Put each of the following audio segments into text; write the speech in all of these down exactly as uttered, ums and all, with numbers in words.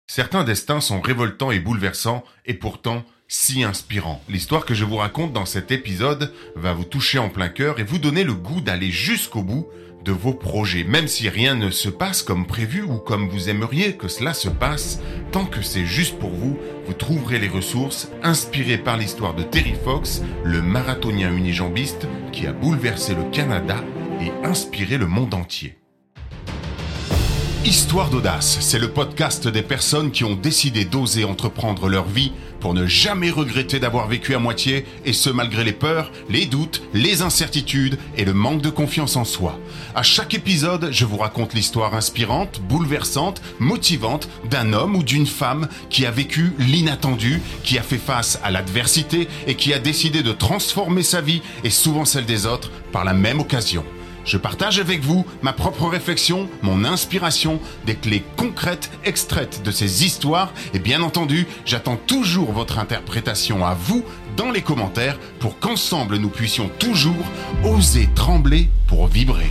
Certains destins sont révoltants et bouleversants, et pourtant si inspirants. L'histoire que je vous raconte dans cet épisode va vous toucher en plein cœur et vous donner le goût d'aller jusqu'au bout de vos projets. Même si rien ne se passe comme prévu ou comme vous aimeriez que cela se passe, tant que c'est juste pour vous, vous trouverez les ressources inspirées par l'histoire de Terry Fox, le marathonien unijambiste qui a bouleversé le Canada et inspiré le monde entier. Histoire d'audace, c'est le podcast des personnes qui ont décidé d'oser entreprendre leur vie pour ne jamais regretter d'avoir vécu à moitié, et ce malgré les peurs, les doutes, les incertitudes et le manque de confiance en soi. À chaque épisode, je vous raconte l'histoire inspirante, bouleversante, motivante d'un homme ou d'une femme qui a vécu l'inattendu, qui a fait face à l'adversité et qui a décidé de transformer sa vie et souvent celle des autres par la même occasion. Je partage avec vous ma propre réflexion, mon inspiration, des clés concrètes extraites de ces histoires et bien entendu, j'attends toujours votre interprétation à vous dans les commentaires pour qu'ensemble nous puissions toujours oser trembler pour vibrer.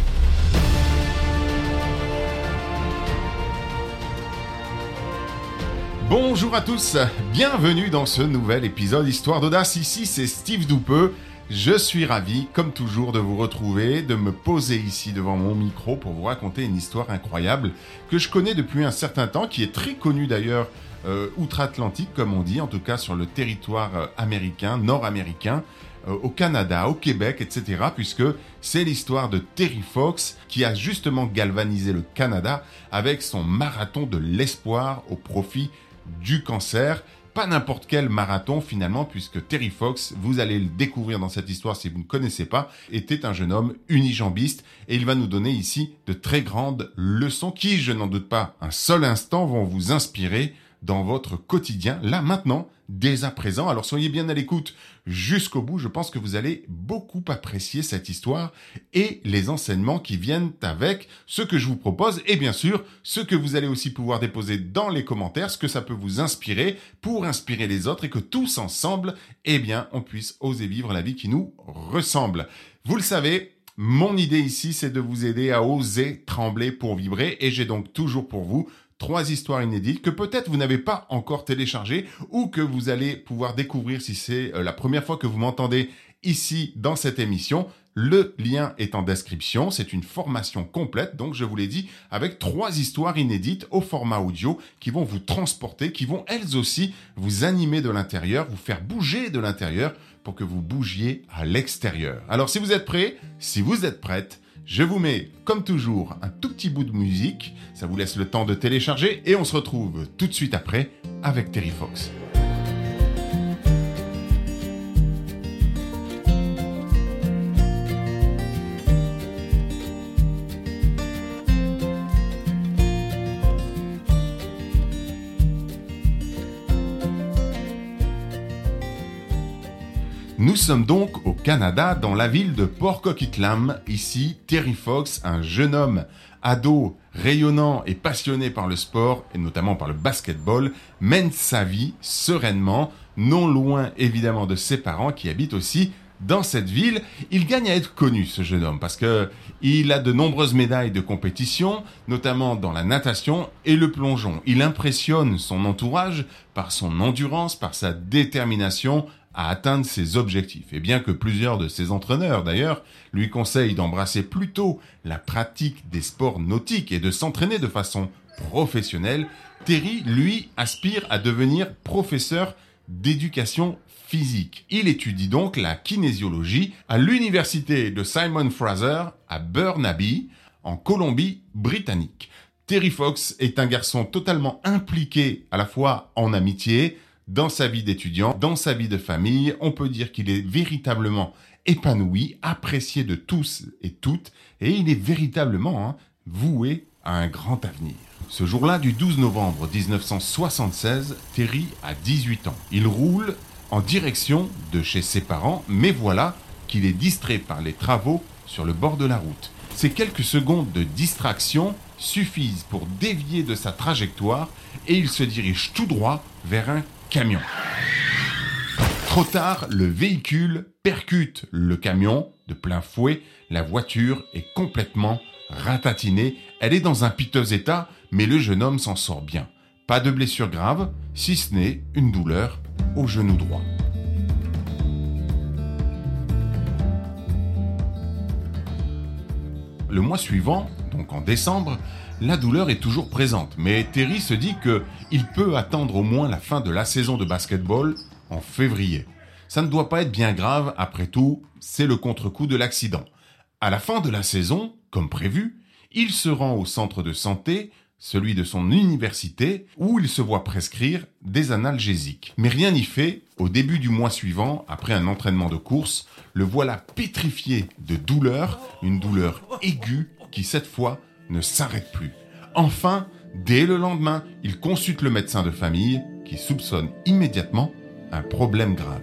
Bonjour à tous, bienvenue dans ce nouvel épisode Histoire d'audace. Ici c'est Steve Doupeux. Je suis ravi, comme toujours, de vous retrouver, de me poser ici devant mon micro pour vous raconter une histoire incroyable que je connais depuis un certain temps, qui est très connue d'ailleurs euh, outre-Atlantique, comme on dit, en tout cas sur le territoire euh, américain, nord-américain, euh, au Canada, au Québec, et cetera, puisque c'est l'histoire de Terry Fox qui a justement galvanisé le Canada avec son marathon de l'espoir au profit du cancer. Pas n'importe quel marathon finalement, puisque Terry Fox, vous allez le découvrir dans cette histoire si vous ne connaissez pas, était un jeune homme unijambiste et il va nous donner ici de très grandes leçons qui, je n'en doute pas un seul instant, vont vous inspirer dans votre quotidien, là maintenant, dès à présent. Alors soyez bien à l'écoute jusqu'au bout, je pense que vous allez beaucoup apprécier cette histoire et les enseignements qui viennent avec ce que je vous propose et bien sûr, ce que vous allez aussi pouvoir déposer dans les commentaires, ce que ça peut vous inspirer pour inspirer les autres et que tous ensemble, eh bien, on puisse oser vivre la vie qui nous ressemble. Vous le savez, mon idée ici, c'est de vous aider à oser trembler pour vibrer et j'ai donc toujours pour vous trois histoires inédites que peut-être vous n'avez pas encore téléchargées ou que vous allez pouvoir découvrir si c'est la première fois que vous m'entendez ici dans cette émission. Le lien est en description, c'est une formation complète, donc je vous l'ai dit, avec trois histoires inédites au format audio qui vont vous transporter, qui vont elles aussi vous animer de l'intérieur, vous faire bouger de l'intérieur pour que vous bougiez à l'extérieur. Alors si vous êtes prêts, si vous êtes prêtes, je vous mets, comme toujours, un tout petit bout de musique. Ça vous laisse le temps de télécharger et on se retrouve tout de suite après avec Terry Fox. Nous sommes donc au Canada, dans la ville de Port Coquitlam. Ici, Terry Fox, un jeune homme ado, rayonnant et passionné par le sport, et notamment par le basketball, mène sa vie sereinement, non loin évidemment de ses parents qui habitent aussi dans cette ville. Il gagne à être connu, ce jeune homme, parce que il a de nombreuses médailles de compétition, notamment dans la natation et le plongeon. Il impressionne son entourage par son endurance, par sa détermination à atteindre ses objectifs. Et bien que plusieurs de ses entraîneurs, d'ailleurs, lui conseillent d'embrasser plutôt la pratique des sports nautiques et de s'entraîner de façon professionnelle, Terry, lui, aspire à devenir professeur d'éducation physique. Il étudie donc la kinésiologie à l'université de Simon Fraser à Burnaby, en Colombie-Britannique. Terry Fox est un garçon totalement impliqué à la fois en amitié, dans sa vie d'étudiant, dans sa vie de famille. On peut dire qu'il est véritablement épanoui, apprécié de tous et toutes, et il est véritablement hein, voué à un grand avenir. Ce jour-là, du douze novembre dix-neuf cent soixante-seize, Terry a dix-huit ans. Il roule en direction de chez ses parents, mais voilà qu'il est distrait par les travaux sur le bord de la route. Ces quelques secondes de distraction suffisent pour dévier de sa trajectoire et il se dirige tout droit vers un camion. Trop tard, le véhicule percute le camion de plein fouet. La voiture est complètement ratatinée. Elle est dans un piteux état, mais le jeune homme s'en sort bien. Pas de blessure grave, si ce n'est une douleur au genou droit. Le mois suivant, donc en décembre, la douleur est toujours présente, mais Terry se dit qu'il peut attendre au moins la fin de la saison de basketball en février. Ça ne doit pas être bien grave, après tout, c'est le contre-coup de l'accident. À la fin de la saison, comme prévu, il se rend au centre de santé, celui de son université, où il se voit prescrire des analgésiques. Mais rien n'y fait, au début du mois suivant, après un entraînement de course, le voilà pétrifié de douleur, une douleur aiguë qui cette fois ne s'arrête plus. Enfin, dès le lendemain, il consulte le médecin de famille qui soupçonne immédiatement un problème grave.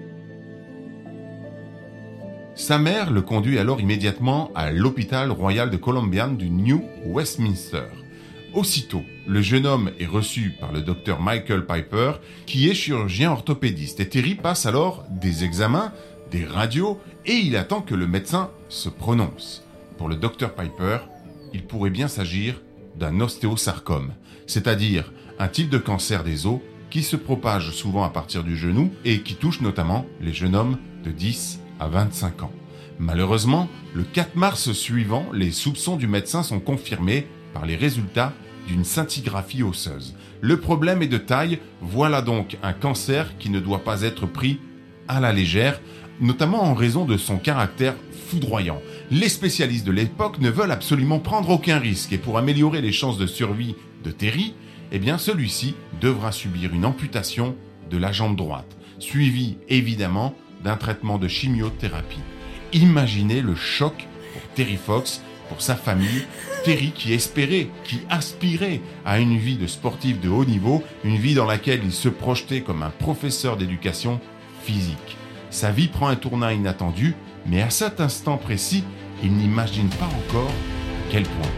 Sa mère le conduit alors immédiatement à l'hôpital royal de Columbian du New Westminster. Aussitôt, le jeune homme est reçu par le docteur Michael Piper, qui est chirurgien orthopédiste. Et Terry passe alors des examens, des radios, et il attend que le médecin se prononce. Pour le docteur Piper, il pourrait bien s'agir d'un ostéosarcome, c'est-à-dire un type de cancer des os qui se propage souvent à partir du genou et qui touche notamment les jeunes hommes de dix à vingt-cinq ans. Malheureusement, le quatre mars suivant, les soupçons du médecin sont confirmés par les résultats d'une scintigraphie osseuse. Le problème est de taille, voilà donc un cancer qui ne doit pas être pris à la légère, notamment en raison de son caractère foudroyant. Les spécialistes de l'époque ne veulent absolument prendre aucun risque et pour améliorer les chances de survie de Terry, eh bien celui-ci devra subir une amputation de la jambe droite, suivie évidemment d'un traitement de chimiothérapie. Imaginez le choc pour Terry Fox, pour sa famille, Terry qui espérait, qui aspirait à une vie de sportif de haut niveau, une vie dans laquelle il se projetait comme un professeur d'éducation physique. Sa vie prend un tournant inattendu, mais à cet instant précis, il n'imagine pas encore à quel point.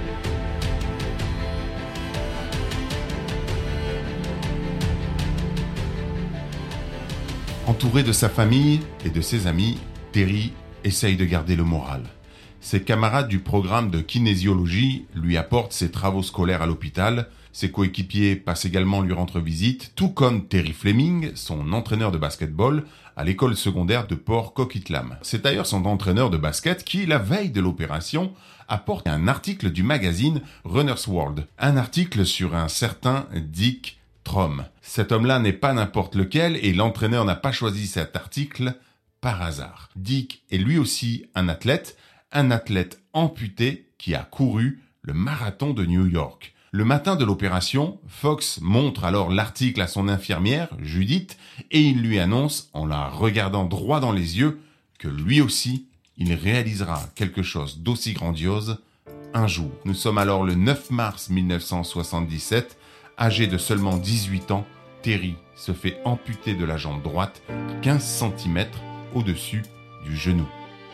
Entouré de sa famille et de ses amis, Terry essaye de garder le moral. Ses camarades du programme de kinésiologie lui apportent ses travaux scolaires à l'hôpital. Ses coéquipiers passent également lui rendre visite, tout comme Terry Fleming, son entraîneur de basketball, à l'école secondaire de Port Coquitlam. C'est d'ailleurs son entraîneur de basket qui, la veille de l'opération, apporte un article du magazine Runner's World. Un article sur un certain Dick Trom. Cet homme-là n'est pas n'importe lequel et l'entraîneur n'a pas choisi cet article par hasard. Dick est lui aussi un athlète, un athlète amputé qui a couru le marathon de New York. Le matin de l'opération, Fox montre alors l'article à son infirmière, Judith, et il lui annonce, en la regardant droit dans les yeux, que lui aussi, il réalisera quelque chose d'aussi grandiose un jour. Nous sommes alors le neuf mars mille neuf cent soixante-dix-sept, âgé de seulement dix-huit ans, Terry se fait amputer de la jambe droite quinze centimètres au-dessus du genou.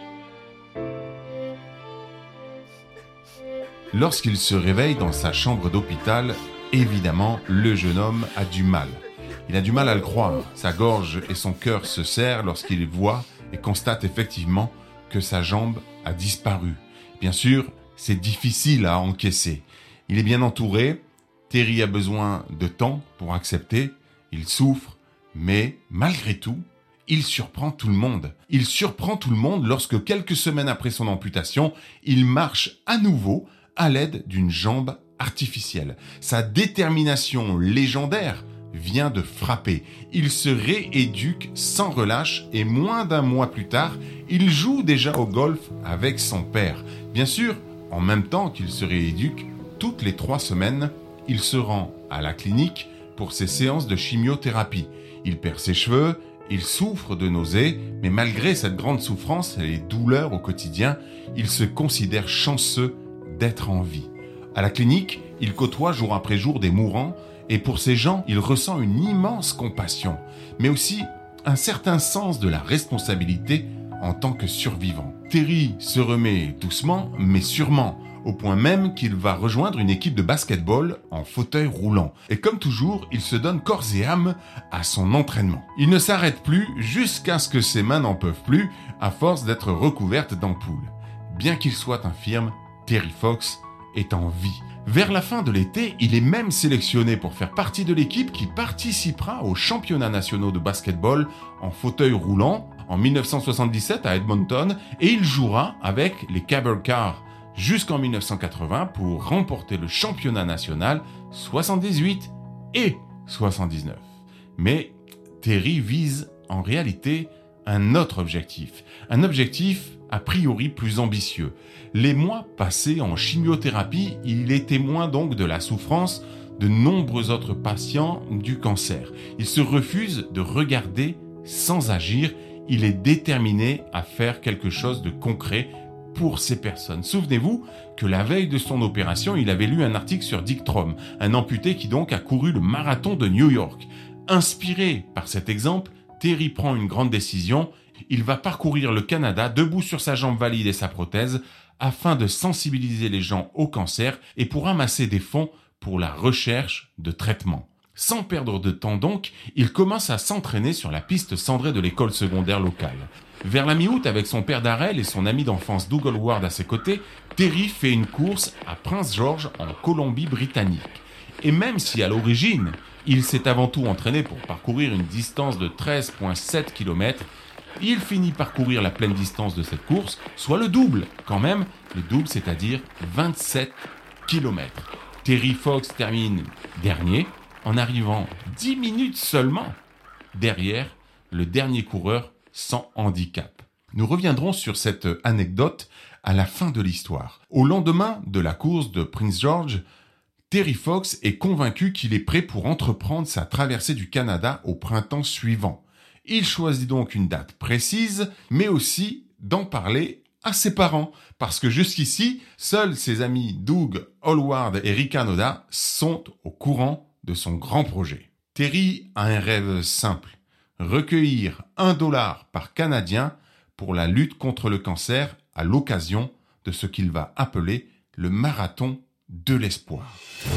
Lorsqu'il se réveille dans sa chambre d'hôpital, évidemment, le jeune homme a du mal. Il a du mal à le croire. Sa gorge et son cœur se serrent lorsqu'il voit et constate effectivement que sa jambe a disparu. Bien sûr, c'est difficile à encaisser. Il est bien entouré. Terry a besoin de temps pour accepter. Il souffre, mais malgré tout, il surprend tout le monde. Il surprend tout le monde lorsque quelques semaines après son amputation, il marche à nouveau à l'aide d'une jambe artificielle. Sa détermination légendaire vient de frapper. Il se rééduque sans relâche et moins d'un mois plus tard, il joue déjà au golf avec son père. Bien sûr, en même temps qu'il se rééduque, toutes les trois semaines, il se rend à la clinique pour ses séances de chimiothérapie. Il perd ses cheveux, il souffre de nausées, mais malgré cette grande souffrance et les douleurs au quotidien, il se considère chanceux d'être en vie. À la clinique, il côtoie jour après jour des mourants et pour ces gens, il ressent une immense compassion, mais aussi un certain sens de la responsabilité en tant que survivant. Terry se remet doucement, mais sûrement, au point même qu'il va rejoindre une équipe de basketball en fauteuil roulant. Et comme toujours, il se donne corps et âme à son entraînement. Il ne s'arrête plus jusqu'à ce que ses mains n'en peuvent plus, à force d'être recouvertes d'ampoules. Bien qu'il soit infirme, Terry Fox est en vie. Vers la fin de l'été, il est même sélectionné pour faire partie de l'équipe qui participera aux championnats nationaux de basketball en fauteuil roulant en dix-neuf cent soixante-dix-sept à Edmonton et il jouera avec les Cable Cars jusqu'en dix-neuf cent quatre-vingts pour remporter le championnat national soixante-dix-huit et soixante-dix-neuf. Mais Terry vise en réalité un autre objectif, un objectif a priori plus ambitieux. Les mois passés en chimiothérapie, il est témoin donc de la souffrance de nombreux autres patients du cancer. Il se refuse de regarder sans agir, il est déterminé à faire quelque chose de concret pour ces personnes. Souvenez-vous que la veille de son opération, il avait lu un article sur Dick Traum, un amputé qui donc a couru le marathon de New York. Inspiré par cet exemple, Terry prend une grande décision. Il va parcourir le Canada debout sur sa jambe valide et sa prothèse afin de sensibiliser les gens au cancer et pour amasser des fonds pour la recherche de traitements. Sans perdre de temps donc, il commence à s'entraîner sur la piste cendrée de l'école secondaire locale. Vers la mi-août, avec son père Darrell et son ami d'enfance Doug Howard à ses côtés, Terry fait une course à Prince George en Colombie-Britannique. Et même si à l'origine, il s'est avant tout entraîné pour parcourir une distance de treize virgule sept kilomètres, il finit par courir la pleine distance de cette course, soit le double quand même, le double c'est-à-dire vingt-sept kilomètres. Terry Fox termine dernier en arrivant dix minutes seulement derrière le dernier coureur sans handicap. Nous reviendrons sur cette anecdote à la fin de l'histoire. Au lendemain de la course de Prince George, Terry Fox est convaincu qu'il est prêt pour entreprendre sa traversée du Canada au printemps suivant. Il choisit donc une date précise, mais aussi d'en parler à ses parents, parce que jusqu'ici, seuls ses amis Doug Howard et Rika Noda sont au courant de son grand projet. Terry a un rêve simple, recueillir un dollar par Canadien pour la lutte contre le cancer à l'occasion de ce qu'il va appeler le marathon de l'espoir.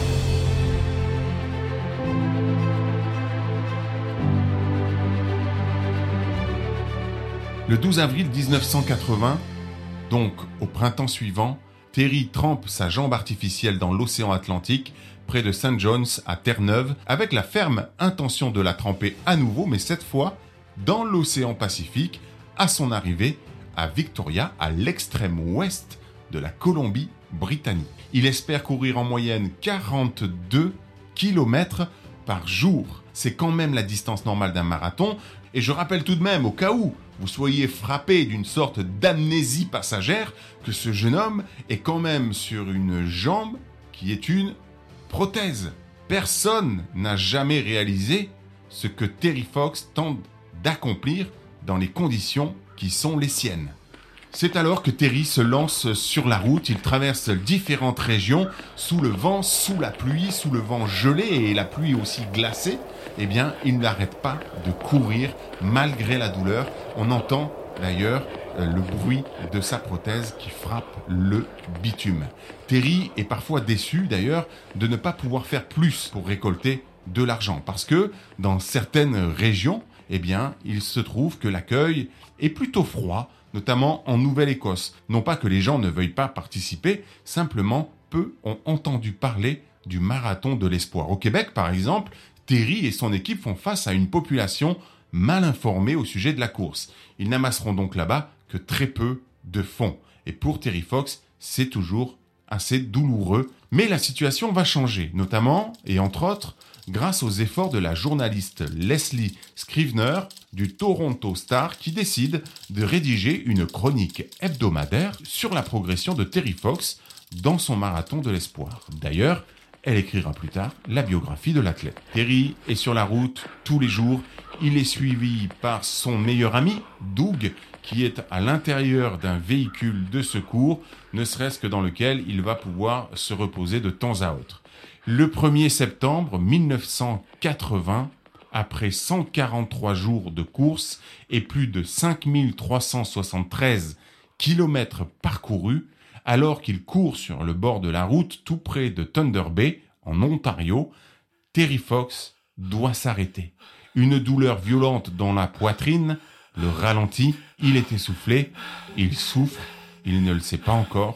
Le douze avril dix-neuf cent quatre-vingts, donc au printemps suivant, Terry trempe sa jambe artificielle dans l'océan Atlantique, près de Saint John's à Terre-Neuve, avec la ferme intention de la tremper à nouveau, mais cette fois dans l'océan Pacifique, à son arrivée à Victoria, à l'extrême ouest de la Colombie-Britannique. Il espère courir en moyenne quarante-deux kilomètres par jour. C'est quand même la distance normale d'un marathon. Et je rappelle tout de même, au cas où vous soyez frappé d'une sorte d'amnésie passagère, que ce jeune homme est quand même sur une jambe qui est une prothèse. Personne n'a jamais réalisé ce que Terry Fox tente d'accomplir dans les conditions qui sont les siennes. C'est alors que Terry se lance sur la route, il traverse différentes régions, sous le vent, sous la pluie, sous le vent gelé et la pluie aussi glacée. Eh bien, il n'arrête pas de courir malgré la douleur. On entend d'ailleurs le bruit de sa prothèse qui frappe le bitume. Terry est parfois déçu d'ailleurs de ne pas pouvoir faire plus pour récolter de l'argent parce que dans certaines régions, eh bien, il se trouve que l'accueil est plutôt froid, notamment en Nouvelle-Écosse. Non pas que les gens ne veuillent pas participer, simplement peu ont entendu parler du marathon de l'espoir. Au Québec, par exemple, Terry et son équipe font face à une population mal informée au sujet de la course. Ils n'amasseront donc là-bas que très peu de fonds. Et pour Terry Fox, c'est toujours assez douloureux. Mais la situation va changer, notamment, et entre autres, grâce aux efforts de la journaliste Leslie Scrivener du Toronto Star qui décide de rédiger une chronique hebdomadaire sur la progression de Terry Fox dans son marathon de l'espoir. D'ailleurs, elle écrira plus tard la biographie de l'athlète. Terry est sur la route tous les jours. Il est suivi par son meilleur ami, Doug, qui est à l'intérieur d'un véhicule de secours, ne serait-ce que dans lequel il va pouvoir se reposer de temps à autre. Le premier septembre mille neuf cent quatre-vingts, après cent quarante-trois jours de course et plus de cinq mille trois cent soixante-treize kilomètres parcourus, alors qu'il court sur le bord de la route tout près de Thunder Bay, en Ontario, Terry Fox doit s'arrêter. Une douleur violente dans la poitrine le ralentit, il est essoufflé, il souffre, il ne le sait pas encore,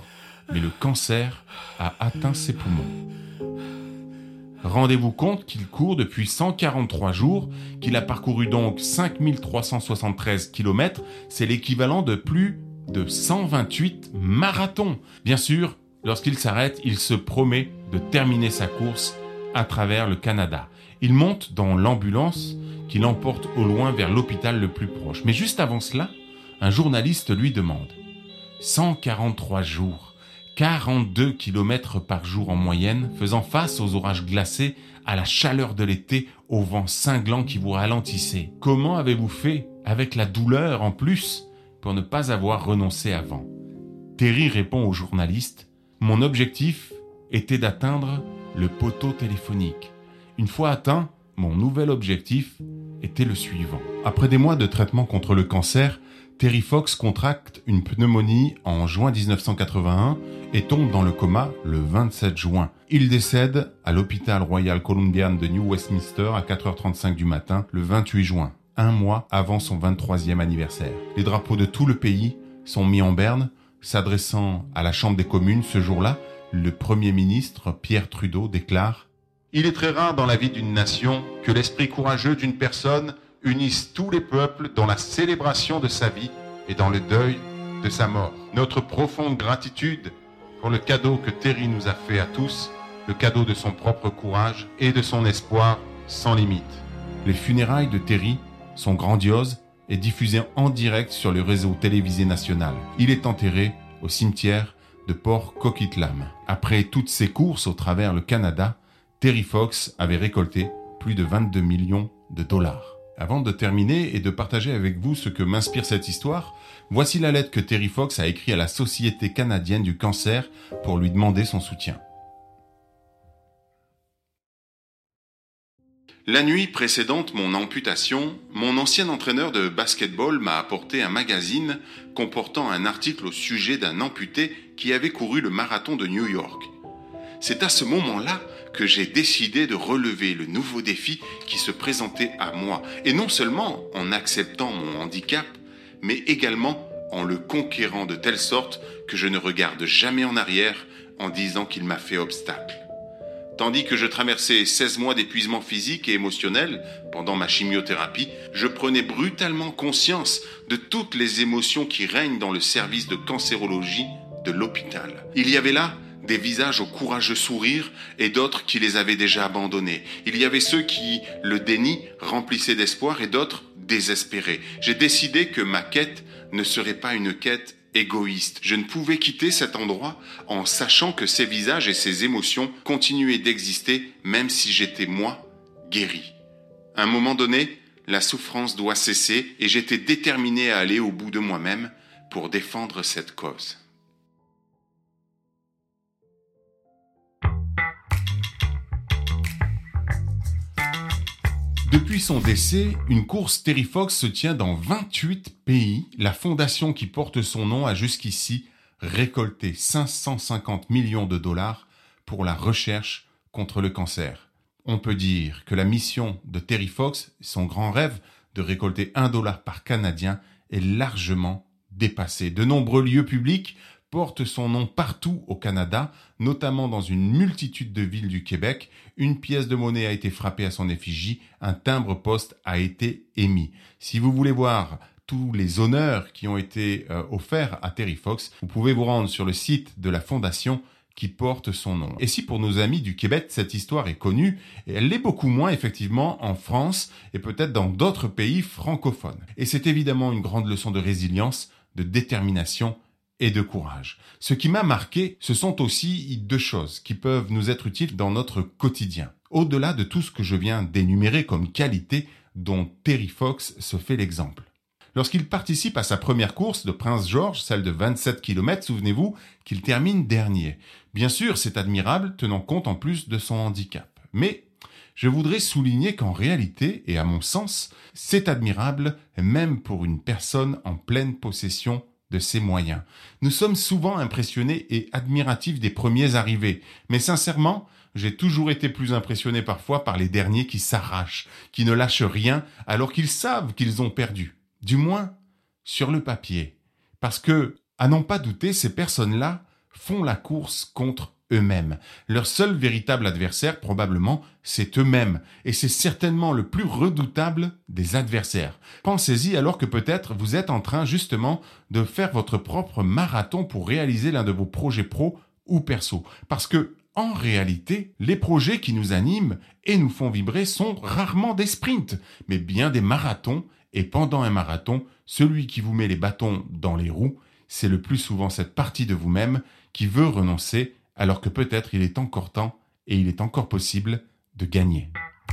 mais le cancer a atteint ses poumons. Rendez-vous compte qu'il court depuis cent quarante-trois jours, qu'il a parcouru donc cinq mille trois cent soixante-treize kilomètres, c'est l'équivalent de plus de cent vingt-huit marathons. Bien sûr, lorsqu'il s'arrête, il se promet de terminer sa course à travers le Canada. Il monte dans l'ambulance qui l'emporte au loin vers l'hôpital le plus proche. Mais juste avant cela, un journaliste lui demande « cent quarante-trois jours, quarante-deux kilomètres par jour en moyenne, faisant face aux orages glacés, à la chaleur de l'été, au vent cinglant qui vous ralentissait. Comment avez-vous fait, avec la douleur en plus, pour ne pas avoir renoncé avant ?» Terry répond au journaliste « Mon objectif était d'atteindre le poteau téléphonique. Une fois atteint, mon nouvel objectif était le suivant. » Après des mois de traitement contre le cancer, Terry Fox contracte une pneumonie en juin dix-neuf cent quatre-vingt-un et tombe dans le coma le vingt-sept juin. Il décède à l'hôpital Royal Columbian de New Westminster à quatre heures trente-cinq du matin le vingt-huit juin, un mois avant son vingt-troisième anniversaire. Les drapeaux de tout le pays sont mis en berne. S'adressant à la Chambre des communes ce jour-là, le Premier ministre Pierre Trudeau déclare « Il est très rare dans la vie d'une nation que l'esprit courageux d'une personne unissent tous les peuples dans la célébration de sa vie et dans le deuil de sa mort. Notre profonde gratitude pour le cadeau que Terry nous a fait à tous, le cadeau de son propre courage et de son espoir sans limite. » Les funérailles de Terry sont grandioses et diffusées en direct sur le réseau télévisé national. Il est enterré au cimetière de Port Coquitlam. Après toutes ces courses au travers le Canada, Terry Fox avait récolté plus de vingt-deux millions de dollars. Avant de terminer et de partager avec vous ce que m'inspire cette histoire, voici la lettre que Terry Fox a écrite à la Société canadienne du cancer pour lui demander son soutien. La nuit précédente mon amputation, mon ancien entraîneur de basketball m'a apporté un magazine comportant un article au sujet d'un amputé qui avait couru le marathon de New York. C'est à ce moment-là que j'ai décidé de relever le nouveau défi qui se présentait à moi, et non seulement en acceptant mon handicap, mais également en le conquérant de telle sorte que je ne regarde jamais en arrière en disant qu'il m'a fait obstacle. Tandis que je traversais seize mois d'épuisement physique et émotionnel pendant ma chimiothérapie, je prenais brutalement conscience de toutes les émotions qui règnent dans le service de cancérologie de l'hôpital. Il y avait là des visages au courageux sourire et d'autres qui les avaient déjà abandonnés. Il y avait ceux qui, le déni, remplissaient d'espoir et d'autres désespérés. J'ai décidé que ma quête ne serait pas une quête égoïste. Je ne pouvais quitter cet endroit en sachant que ces visages et ces émotions continuaient d'exister même si j'étais, moi, guéri. À un moment donné, la souffrance doit cesser et j'étais déterminé à aller au bout de moi-même pour défendre cette cause. Depuis son décès, une course Terry Fox se tient dans vingt-huit pays. La fondation qui porte son nom a jusqu'ici récolté cinq cent cinquante millions de dollars pour la recherche contre le cancer. On peut dire que la mission de Terry Fox, son grand rêve de récolter un dollar par Canadien, est largement dépassé. De nombreux lieux publics porte son nom partout au Canada, notamment dans une multitude de villes du Québec. Une pièce de monnaie a été frappée à son effigie, un timbre-poste a été émis. Si vous voulez voir tous les honneurs qui ont été euh, offerts à Terry Fox, vous pouvez vous rendre sur le site de la fondation qui porte son nom. Et si pour nos amis du Québec, cette histoire est connue, et elle l'est beaucoup moins effectivement en France et peut-être dans d'autres pays francophones. Et c'est évidemment une grande leçon de résilience, de détermination et de courage. Ce qui m'a marqué, ce sont aussi deux choses qui peuvent nous être utiles dans notre quotidien. Au-delà de tout ce que je viens d'énumérer comme qualité dont Terry Fox se fait l'exemple. Lorsqu'il participe à sa première course de Prince George, celle de vingt-sept kilomètres, souvenez-vous qu'il termine dernier. Bien sûr, c'est admirable, tenant compte en plus de son handicap. Mais je voudrais souligner qu'en réalité, et à mon sens, c'est admirable même pour une personne en pleine possession de ses moyens. Nous sommes souvent impressionnés et admiratifs des premiers arrivés, mais sincèrement, j'ai toujours été plus impressionné parfois par les derniers qui s'arrachent, qui ne lâchent rien alors qu'ils savent qu'ils ont perdu. Du moins, sur le papier. Parce que, à n'en pas douter, ces personnes-là font la course contre eux-mêmes. Leur seul véritable adversaire, probablement, c'est eux-mêmes. Et c'est certainement le plus redoutable des adversaires. Pensez-y alors que peut-être vous êtes en train justement de faire votre propre marathon pour réaliser l'un de vos projets pro ou perso. Parce que, en réalité, les projets qui nous animent et nous font vibrer sont rarement des sprints, mais bien des marathons. Et pendant un marathon, celui qui vous met les bâtons dans les roues, c'est le plus souvent cette partie de vous-même qui veut renoncer, alors que peut-être il est encore temps et il est encore possible de gagner.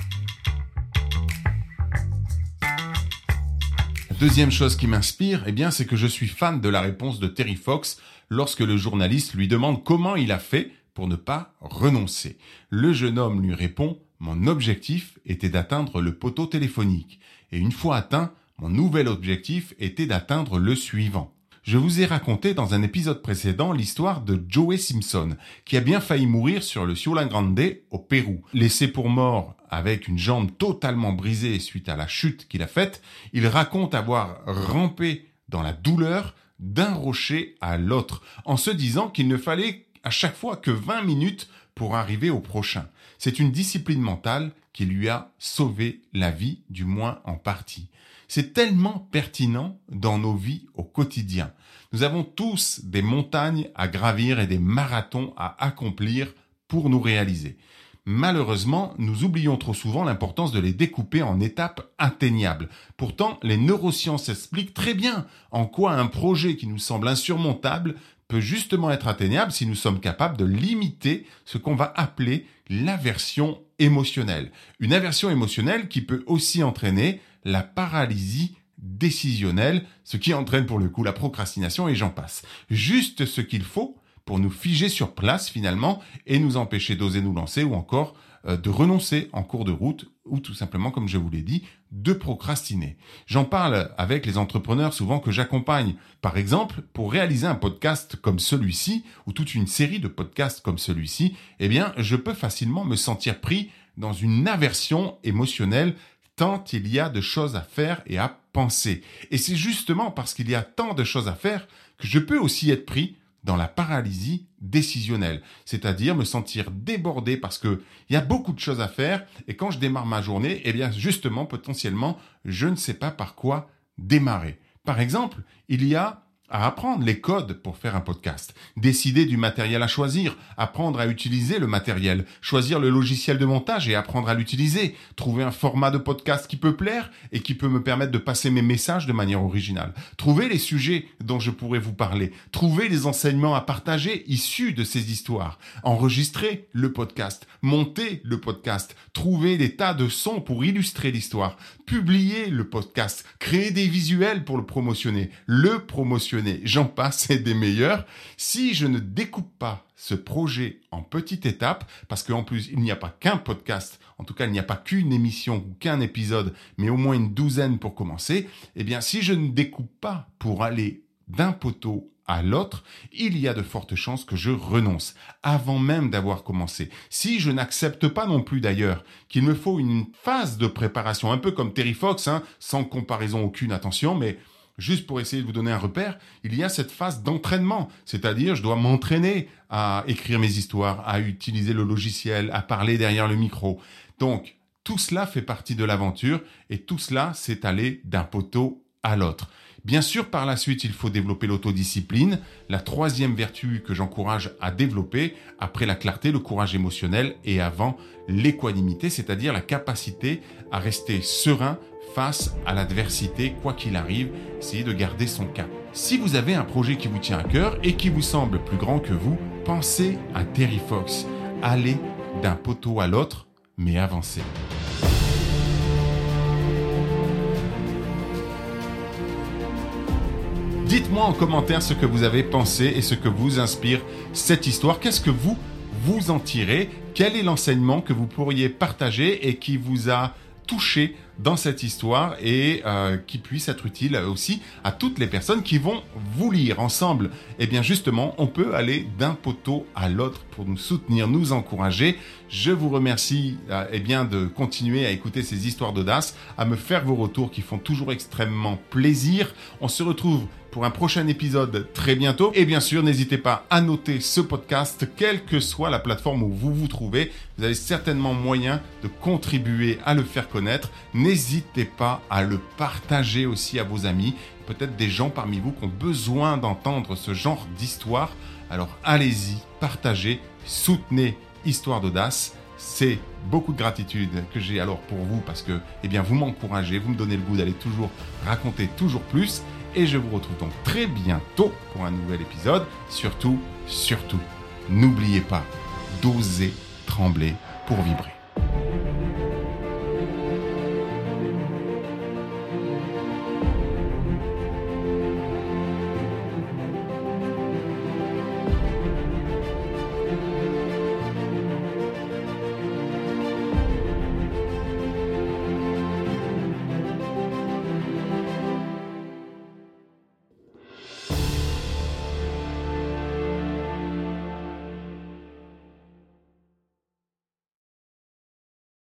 La deuxième chose qui m'inspire, eh bien, c'est que je suis fan de la réponse de Terry Fox lorsque le journaliste lui demande comment il a fait pour ne pas renoncer. Le jeune homme lui répond « Mon objectif était d'atteindre le poteau téléphonique. Et une fois atteint, mon nouvel objectif était d'atteindre le suivant. » Je vous ai raconté dans un épisode précédent l'histoire de Joey Simpson, qui a bien failli mourir sur le Ciolán Grande au Pérou. Laissé pour mort avec une jambe totalement brisée suite à la chute qu'il a faite, il raconte avoir rampé dans la douleur d'un rocher à l'autre, en se disant qu'il ne fallait à chaque fois que vingt minutes pour arriver au prochain. C'est une discipline mentale qui lui a sauvé la vie, du moins en partie. C'est tellement pertinent dans nos vies au quotidien. Nous avons tous des montagnes à gravir et des marathons à accomplir pour nous réaliser. Malheureusement, nous oublions trop souvent l'importance de les découper en étapes atteignables. Pourtant, les neurosciences expliquent très bien en quoi un projet qui nous semble insurmontable peut justement être atteignable si nous sommes capables de limiter ce qu'on va appeler l'aversion émotionnelle. Une aversion émotionnelle qui peut aussi entraîner la paralysie décisionnelle, ce qui entraîne pour le coup la procrastination et j'en passe. Juste ce qu'il faut pour nous figer sur place finalement et nous empêcher d'oser nous lancer ou encore euh, de renoncer en cours de route ou tout simplement, comme je vous l'ai dit, de procrastiner. J'en parle avec les entrepreneurs souvent que j'accompagne. Par exemple, pour réaliser un podcast comme celui-ci ou toute une série de podcasts comme celui-ci, eh bien, je peux facilement me sentir pris dans une aversion émotionnelle tant il y a de choses à faire et à penser. Et c'est justement parce qu'il y a tant de choses à faire que je peux aussi être pris dans la paralysie décisionnelle, c'est-à-dire me sentir débordé parce que il y a beaucoup de choses à faire et quand je démarre ma journée, eh bien justement, potentiellement, je ne sais pas par quoi démarrer. Par exemple, il y a à apprendre les codes pour faire un podcast, décider du matériel à choisir, apprendre à utiliser le matériel, choisir le logiciel de montage et apprendre à l'utiliser, trouver un format de podcast qui peut plaire et qui peut me permettre de passer mes messages de manière originale, trouver les sujets dont je pourrais vous parler, trouver les enseignements à partager issus de ces histoires, enregistrer le podcast, monter le podcast, trouver des tas de sons pour illustrer l'histoire, publier le podcast, créer des visuels pour le promotionner, le promotionner, j'en passe et des meilleurs. Si je ne découpe pas ce projet en petites étapes, parce qu'en plus, il n'y a pas qu'un podcast, en tout cas, il n'y a pas qu'une émission ou qu'un épisode, mais au moins une douzaine pour commencer, eh bien, si je ne découpe pas pour aller d'un poteau à l'autre, il y a de fortes chances que je renonce, avant même d'avoir commencé. Si je n'accepte pas non plus d'ailleurs qu'il me faut une phase de préparation, un peu comme Terry Fox, hein, sans comparaison aucune, attention, mais juste pour essayer de vous donner un repère, il y a cette phase d'entraînement, c'est-à-dire je dois m'entraîner à écrire mes histoires, à utiliser le logiciel, à parler derrière le micro. Donc, tout cela fait partie de l'aventure et tout cela, c'est aller d'un poteau à l'autre. Bien sûr, par la suite, il faut développer l'autodiscipline, la troisième vertu que j'encourage à développer après la clarté, le courage émotionnel et avant l'équanimité, c'est-à-dire la capacité à rester serein face à l'adversité, quoi qu'il arrive, essayez de garder son cap. Si vous avez un projet qui vous tient à cœur et qui vous semble plus grand que vous, pensez à Terry Fox. Allez d'un poteau à l'autre, mais avancez. Dites-moi en commentaire ce que vous avez pensé et ce que vous inspire cette histoire. Qu'est-ce que vous, vous en tirez ? Quel est l'enseignement que vous pourriez partager et qui vous a touché dans cette histoire et euh, qui puisse être utile aussi à toutes les personnes qui vont vous lire ensemble. Eh bien justement, on peut aller d'un poteau à l'autre pour nous soutenir, nous encourager. Je vous remercie euh, eh bien de continuer à écouter ces histoires d'audace, à me faire vos retours qui font toujours extrêmement plaisir. On se retrouve pour un prochain épisode très bientôt. Et bien sûr, n'hésitez pas à noter ce podcast, quelle que soit la plateforme où vous vous trouvez. Vous avez certainement moyen de contribuer à le faire connaître. N'hésitez pas à le partager aussi à vos amis. Peut-être des gens parmi vous qui ont besoin d'entendre ce genre d'histoire. Alors allez-y, partagez, soutenez Histoire d'Audace. C'est beaucoup de gratitude que j'ai alors pour vous parce que eh bien, vous m'encouragez, vous me donnez le goût d'aller toujours raconter toujours plus. Et je vous retrouve donc très bientôt pour un nouvel épisode. Surtout, surtout, n'oubliez pas d'oser trembler pour vibrer.